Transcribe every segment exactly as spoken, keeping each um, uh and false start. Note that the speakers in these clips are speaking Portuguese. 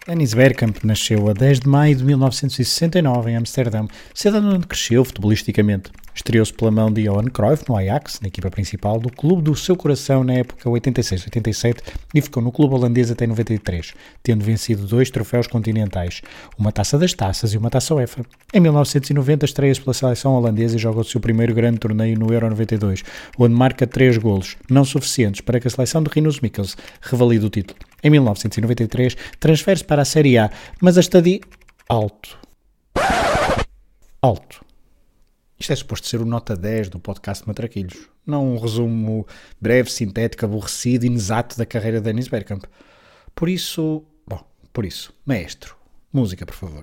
Dennis Bergkamp nasceu a dez de maio de mil novecentos e sessenta e nove em Amsterdão, cidade onde cresceu futebolisticamente. Estreou-se pela mão de Johan Cruyff no Ajax, na equipa principal do clube do seu coração na época oitenta e seis oitenta e sete e ficou no clube holandês até noventa e três, tendo vencido dois troféus continentais, uma taça das taças e uma taça UEFA. Em mil novecentos e noventa estreia-se pela seleção holandesa e joga o seu primeiro grande torneio no Euro noventa e dois, onde marca três golos, não suficientes para que a seleção de Rinus Michels revalide o título. Em mil novecentos e noventa e três transfere-se para a Série A, mas a estadia... Alto. Alto. Isto é suposto ser o nota dez do podcast Matraquilhos, não um resumo breve, sintético, aborrecido e inexato da carreira de Dennis Bergkamp. Por isso... Bom, por isso, maestro, música, por favor.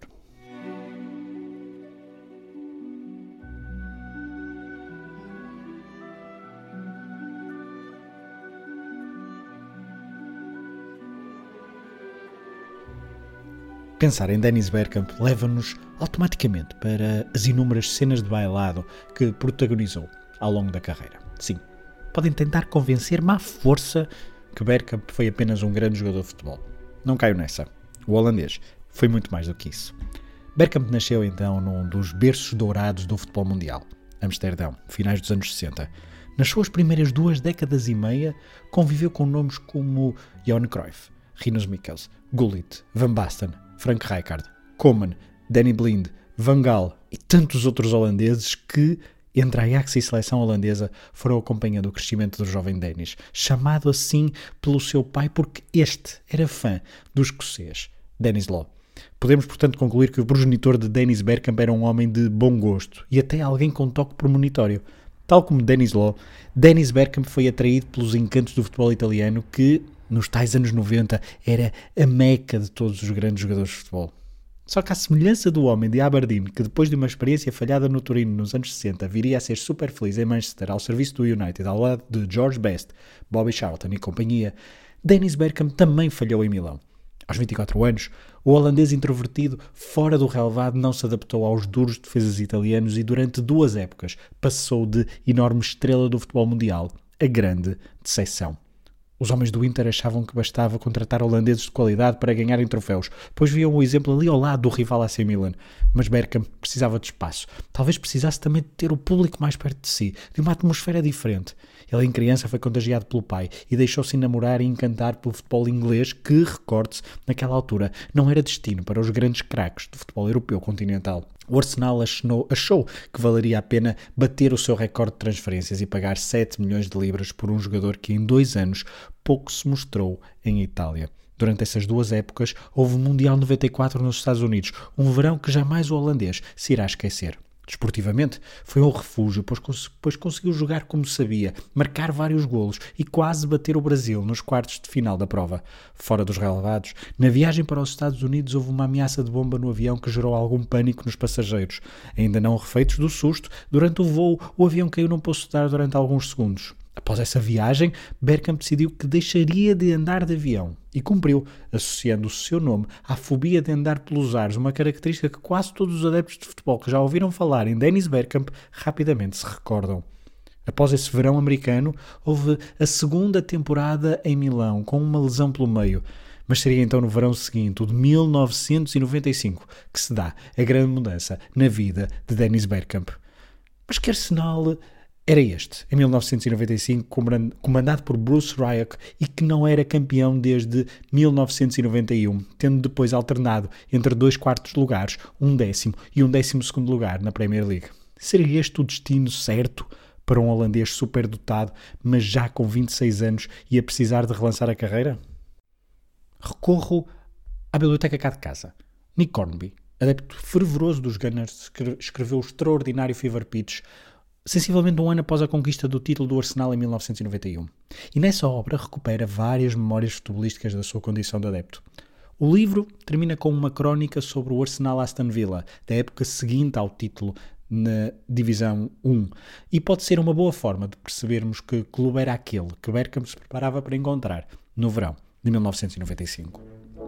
Pensar em Dennis Bergkamp leva-nos automaticamente para as inúmeras cenas de bailado que protagonizou ao longo da carreira. Sim, podem tentar convencer-me à força que Bergkamp foi apenas um grande jogador de futebol. Não caio nessa. O holandês foi muito mais do que isso. Bergkamp nasceu então num dos berços dourados do futebol mundial, Amsterdão, finais dos anos sessenta. Nas suas primeiras duas décadas e meia, conviveu com nomes como Johan Cruyff, Rinus Michels, Gullit, Van Basten, Frank Rijkaard, Koeman, Danny Blind, Van Gaal e tantos outros holandeses que, entre a Ajax e a seleção holandesa, foram acompanhando o crescimento do jovem Dennis, chamado assim pelo seu pai porque este era fã do escocês, Denis Law. Podemos, portanto, concluir que o progenitor de Dennis Bergkamp era um homem de bom gosto e até alguém com toque premonitório. Tal como Denis Law, Dennis Bergkamp foi atraído pelos encantos do futebol italiano que, nos tais anos noventa, era a meca de todos os grandes jogadores de futebol. Só que à semelhança do homem de Aberdeen, que depois de uma experiência falhada no Torino nos anos sessenta, viria a ser super feliz em Manchester ao serviço do United, ao lado de George Best, Bobby Charlton e companhia, Dennis Bergkamp também falhou em Milão. Aos vinte e quatro anos, o holandês introvertido, fora do relevado, não se adaptou aos duros defesas italianos e durante duas épocas passou de enorme estrela do futebol mundial a grande decepção. Os homens do Inter achavam que bastava contratar holandeses de qualidade para ganharem troféus, pois viam o exemplo ali ao lado do rival A C Milan. Mas Bergkamp precisava de espaço. Talvez precisasse também de ter o público mais perto de si, de uma atmosfera diferente. Ele, em criança, foi contagiado pelo pai e deixou-se enamorar e encantar pelo futebol inglês que, recorde-se, naquela altura não era destino para os grandes craques do futebol europeu continental. O Arsenal achou, achou que valeria a pena bater o seu recorde de transferências e pagar sete milhões de libras por um jogador que em dois anos pouco se mostrou em Itália. Durante essas duas épocas houve o Mundial noventa e quatro nos Estados Unidos, um verão que jamais o holandês se irá esquecer. Desportivamente, foi um refúgio, pois, pois conseguiu jogar como sabia, marcar vários golos e quase bater o Brasil nos quartos de final da prova. Fora dos relevados, na viagem para os Estados Unidos houve uma ameaça de bomba no avião que gerou algum pânico nos passageiros. Ainda não refeitos do susto, durante o voo, o avião caiu num poço de ar durante alguns segundos. Após essa viagem, Bergkamp decidiu que deixaria de andar de avião e cumpriu, associando o seu nome à fobia de andar pelos ares, uma característica que quase todos os adeptos de futebol que já ouviram falar em Dennis Bergkamp rapidamente se recordam. Após esse verão americano, houve a segunda temporada em Milão, com uma lesão pelo meio. Mas seria então no verão seguinte, o de mil novecentos e noventa e cinco, que se dá a grande mudança na vida de Dennis Bergkamp. Mas que Arsenal era este, em mil novecentos e noventa e cinco, comandado por Bruce Rioch e que não era campeão desde mil novecentos e noventa e um, tendo depois alternado entre dois quartos lugares, um décimo e um décimo segundo lugar na Premier League? Seria este o destino certo para um holandês superdotado, mas já com vinte e seis anos e a precisar de relançar a carreira? Recorro à biblioteca cá de casa. Nick Hornby, adepto fervoroso dos Gunners, escreveu o extraordinário Fever Pitch, sensivelmente um ano após a conquista do título do Arsenal em mil novecentos e noventa e um. E nessa obra recupera várias memórias futebolísticas da sua condição de adepto. O livro termina com uma crónica sobre o Arsenal Aston Villa, da época seguinte ao título na Divisão um, e pode ser uma boa forma de percebermos que clube era aquele que Bergkamp se preparava para encontrar no verão de mil novecentos e noventa e cinco.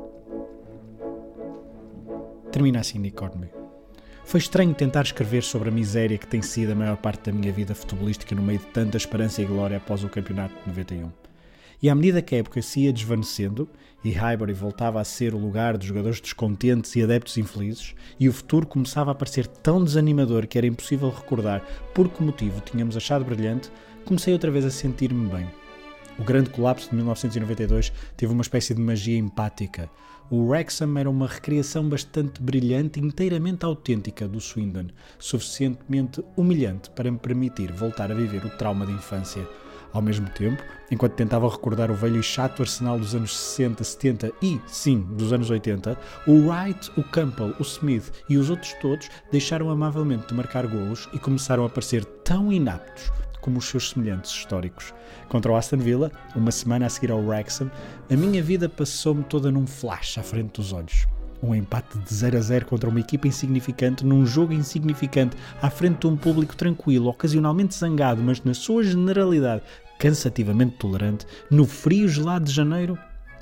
Termina assim Nick Hornby. Foi estranho tentar escrever sobre a miséria que tem sido a maior parte da minha vida futebolística no meio de tanta esperança e glória após o campeonato de noventa e um. E à medida que a época se ia desvanecendo e Highbury voltava a ser o lugar dos jogadores descontentes e adeptos infelizes, e o futuro começava a parecer tão desanimador que era impossível recordar por que motivo tínhamos achado brilhante, comecei outra vez a sentir-me bem. O grande colapso de mil novecentos e noventa e dois teve uma espécie de magia empática. O Wrexham era uma recriação bastante brilhante e inteiramente autêntica do Swindon, suficientemente humilhante para me permitir voltar a viver o trauma da infância. Ao mesmo tempo, enquanto tentava recordar o velho e chato Arsenal dos anos sessenta, setenta e, sim, dos anos oitenta, o Wright, o Campbell, o Smith e os outros todos deixaram amavelmente de marcar golos e começaram a parecer tão inaptos como os seus semelhantes históricos. Contra o Aston Villa, uma semana a seguir ao Wrexham, a minha vida passou-me toda num flash à frente dos olhos. Um empate de zero a zero contra uma equipa insignificante num jogo insignificante à frente de um público tranquilo, ocasionalmente zangado, mas na sua generalidade cansativamente tolerante, no frio gelado de janeiro.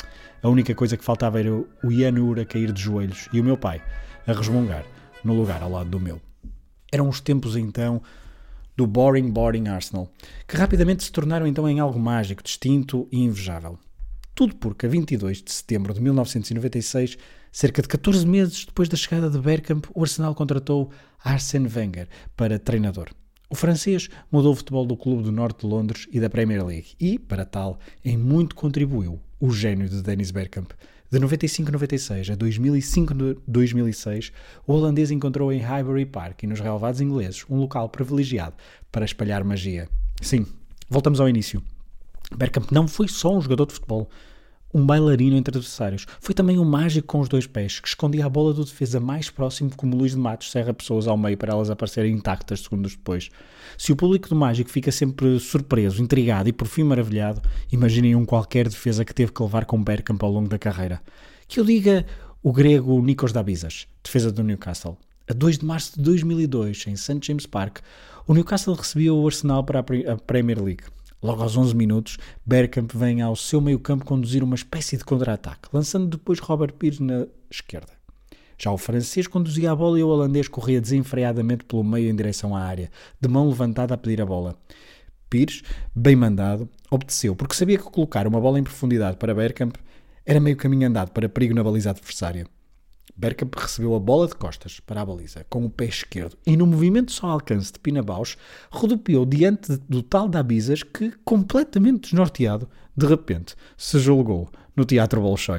A única coisa que faltava era o Ian Ur a cair de joelhos e o meu pai a resmungar no lugar ao lado do meu. Eram os tempos então do boring, boring Arsenal, que rapidamente se tornaram então em algo mágico, distinto e invejável. Tudo porque a vinte e dois de setembro de mil novecentos e noventa e seis, cerca de catorze meses depois da chegada de Bergkamp, o Arsenal contratou Arsène Wenger para treinador. O francês mudou o futebol do clube do norte de Londres e da Premier League e, para tal, em muito contribuiu o gênio de Dennis Bergkamp. De noventa e cinco a noventa e seis a dois mil e cinco a dois mil e seis, o holandês encontrou em Highbury Park e nos relevados ingleses um local privilegiado para espalhar magia. Sim, voltamos ao início. Bergkamp não foi só um jogador de futebol, um bailarino entre adversários. Foi também um mágico com os dois pés, que escondia a bola do defesa mais próximo, como Luís de Matos serra pessoas ao meio para elas aparecerem intactas segundos depois. Se o público do mágico fica sempre surpreso, intrigado e por fim maravilhado, imaginem um qualquer defesa que teve que levar com Bergkamp ao longo da carreira. Que eu diga o grego Nikos Dabizas, defesa do Newcastle. A dois de março de dois mil e dois, em Saint James Park, o Newcastle recebia o Arsenal para a Premier League. Logo aos onze minutos, Bergkamp vem ao seu meio-campo conduzir uma espécie de contra-ataque, lançando depois Robert Pires na esquerda. Já o francês conduzia a bola e o holandês corria desenfreadamente pelo meio em direção à área, de mão levantada a pedir a bola. Pires, bem mandado, obedeceu, porque sabia que colocar uma bola em profundidade para Bergkamp era meio caminho andado para perigo na baliza adversária. Bergkamp recebeu a bola de costas para a baliza, com o pé esquerdo, e no movimento só alcance de Pina Bausch, rodopiou diante do tal Dabizas que, completamente desnorteado, de repente, se julgou no Teatro Bolshoi.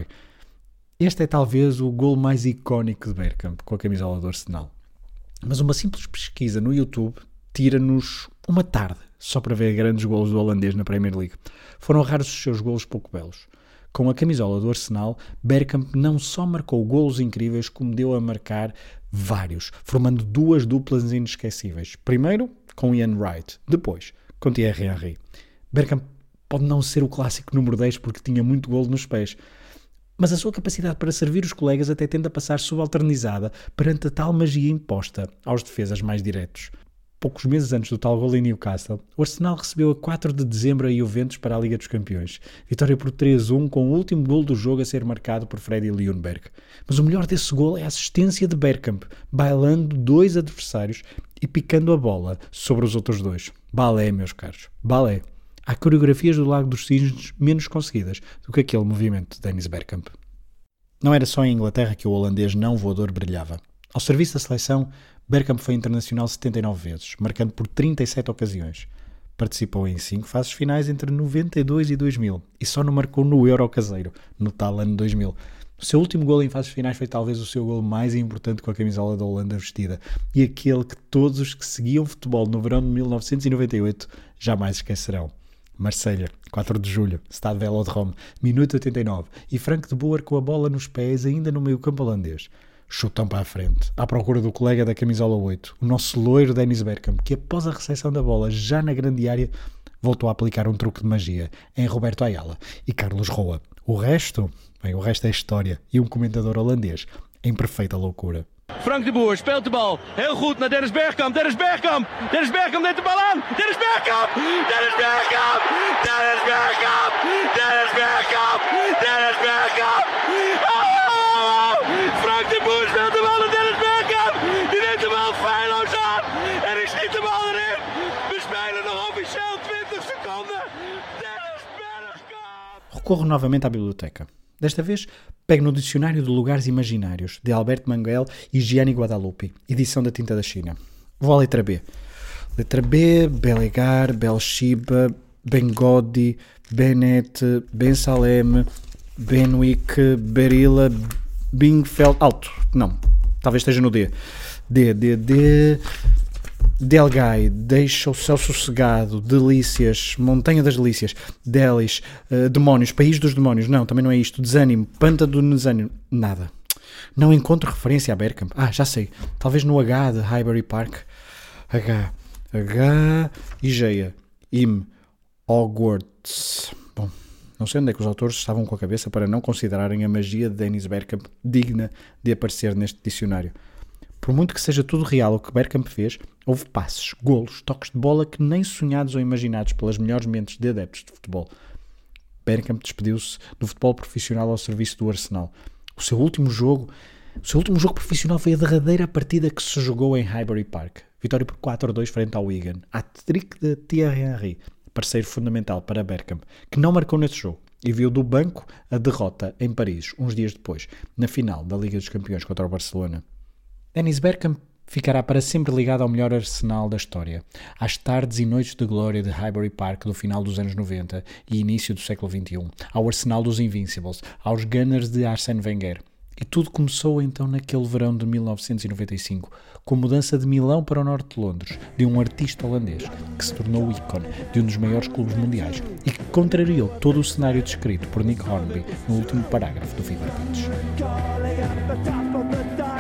Este é talvez o golo mais icónico de Bergkamp com a camisola do Arsenal. Mas uma simples pesquisa no YouTube tira-nos uma tarde só para ver grandes golos do holandês na Premier League. Foram raros os seus golos pouco belos. Com a camisola do Arsenal, Bergkamp não só marcou golos incríveis, como deu a marcar vários, formando duas duplas inesquecíveis. Primeiro com Ian Wright, depois com Thierry Henry. Bergkamp pode não ser o clássico número dez porque tinha muito golo nos pés, mas a sua capacidade para servir os colegas até tende a passar subalternizada perante a tal magia imposta aos defesas mais diretos. Poucos meses antes do tal golo em Newcastle, o Arsenal recebeu a quatro de dezembro a Juventus para a Liga dos Campeões. Vitória por três a um, com o último golo do jogo a ser marcado por Freddy Ljungberg. Mas o melhor desse golo é a assistência de Bergkamp, bailando dois adversários e picando a bola sobre os outros dois. Balé, meus caros, balé. Há coreografias do Lago dos Cisnes menos conseguidas do que aquele movimento de Dennis Bergkamp. Não era só em Inglaterra que o holandês não voador brilhava. Ao serviço da seleção, Bergkamp foi internacional setenta e nove vezes, marcando por trinta e sete ocasiões. Participou em cinco fases finais entre noventa e dois e dois mil e só não marcou no Euro caseiro, no tal ano dois mil. O seu último golo em fases finais foi talvez o seu golo mais importante com a camisola da Holanda vestida e aquele que todos os que seguiam futebol no verão de mil novecentos e noventa e oito jamais esquecerão. Marselha, quatro de julho, Stade Velodrome, minuto oitenta e nove, e Frank de Boer com a bola nos pés ainda no meio campo holandês. Chutão para a frente, à procura do colega da camisola oito, o nosso loiro Dennis Bergkamp, que após a recepção da bola já na grande área, voltou a aplicar um truque de magia em Roberto Ayala e Carlos Roa. O resto, bem, o resto é história e um comentador holandês em perfeita loucura. Frank de Boer speelt de bal heel goed naar Dennis Bergkamp. Dennis Bergkamp. Dennis Bergkamp neemt de bal aan. Dennis Bergkamp. Dennis Bergkamp. Dennis Bergkamp. Dennis Bergkamp. Dennis Bergkamp. Oh! Frank de Boer speelt de bal naar Dennis Bergkamp. Die neemt de bal feilloos aan. En hij schiet de bal erin. We spelen nog officieel twintig seconden. Dennis Bergkamp. recorro novamente à biblioteca. Desta vez, pego no Dicionário de Lugares Imaginários, de Alberto Manguel e Gianni Guadalupe, edição da Tinta da China. Vou à letra B. Letra B, Belegar, Beersheba, Bengodi, Benet, Ben Salem, Benwick, Berila, Bingfeld... Alto. Não. Talvez esteja no D. D, D, D... Delgai, Deixa o Céu Sossegado, Delícias, Montanha das Delícias, Delis, uh, Demónios, País dos Demónios, não, também não é isto, Desânimo, Panta do Desânimo, nada. Não encontro referência a Bergkamp. Ah, já sei, talvez no H de Highbury Park. H, H, Igeia, Im, Hogwarts. Bom, não sei onde é que os autores estavam com a cabeça para não considerarem a magia de Dennis Bergkamp digna de aparecer neste dicionário. Por muito que seja tudo real o que Bergkamp fez, houve passes, golos, toques de bola que nem sonhados ou imaginados pelas melhores mentes de adeptos de futebol. Bergkamp despediu-se do futebol profissional ao serviço do Arsenal. O seu último jogo, o seu último jogo profissional foi a derradeira partida que se jogou em Highbury Park. Vitória por quatro a dois frente ao Wigan. Hat-trick de Thierry Henry, parceiro fundamental para Bergkamp, que não marcou nesse jogo e viu do banco a derrota em Paris, uns dias depois, na final da Liga dos Campeões contra o Barcelona. Dennis Bergkamp ficará para sempre ligado ao melhor Arsenal da história, às tardes e noites de glória de Highbury Park do final dos anos noventa e início do século vinte e um, ao Arsenal dos Invincibles, aos Gunners de Arsène Wenger. E tudo começou então naquele verão de mil novecentos e noventa e cinco, com a mudança de Milão para o norte de Londres, de um artista holandês, que se tornou o ícone de um dos maiores clubes mundiais e que contrariou todo o cenário descrito por Nick Hornby no último parágrafo do Fever Pitch.